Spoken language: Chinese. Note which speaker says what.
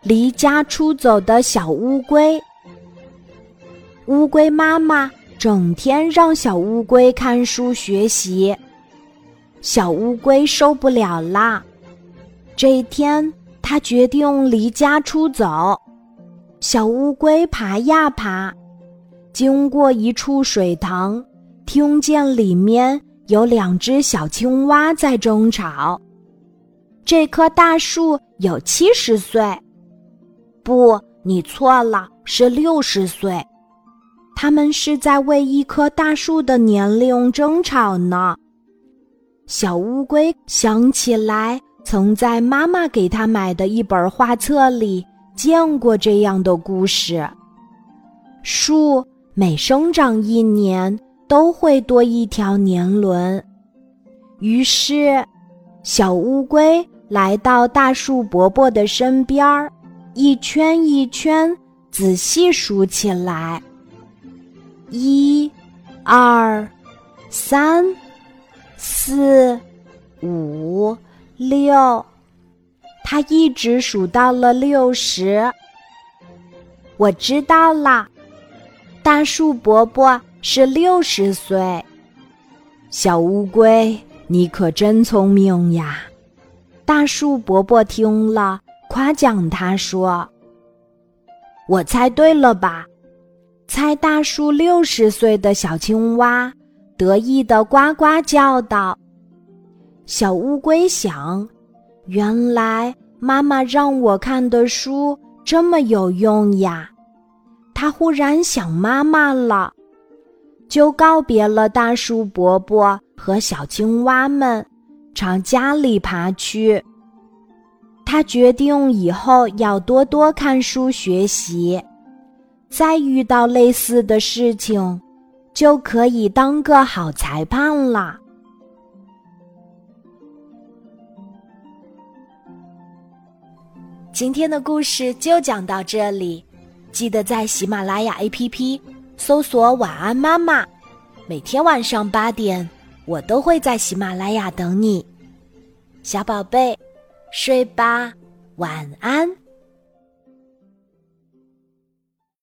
Speaker 1: 离家出走的小乌龟。乌龟妈妈整天让小乌龟看书学习，小乌龟受不了啦。这一天，它决定离家出走。小乌龟爬呀爬，经过一处水塘，听见里面有2只小青蛙在争吵。这棵大树有70岁。不，你错了，是60岁。他们是在为一棵大树的年龄争吵呢。小乌龟想起来，曾在妈妈给他买的一本画册里见过这样的故事。树每生长1年都会多一条年轮。于是，小乌龟来到大树伯伯的身边，一圈一圈仔细数起来。1、2、3、4、5、6，他一直数到了60。我知道啦，大树伯伯是60岁。小乌龟，你可真聪明呀！大树伯伯听了，夸奖他说：“我猜对了吧？”猜大树60岁的小青蛙得意地呱呱叫道。小乌龟想，原来妈妈让我看的书这么有用呀。它忽然想妈妈了，就告别了大树伯伯和小青蛙们，朝家里爬去。他决定以后要多多看书学习，再遇到类似的事情，就可以当个好裁判了。今天的故事就讲到这里，记得在喜马拉雅 APP 搜索晚安妈妈，每天晚上8点，我都会在喜马拉雅等你。小宝贝，睡吧，晚安。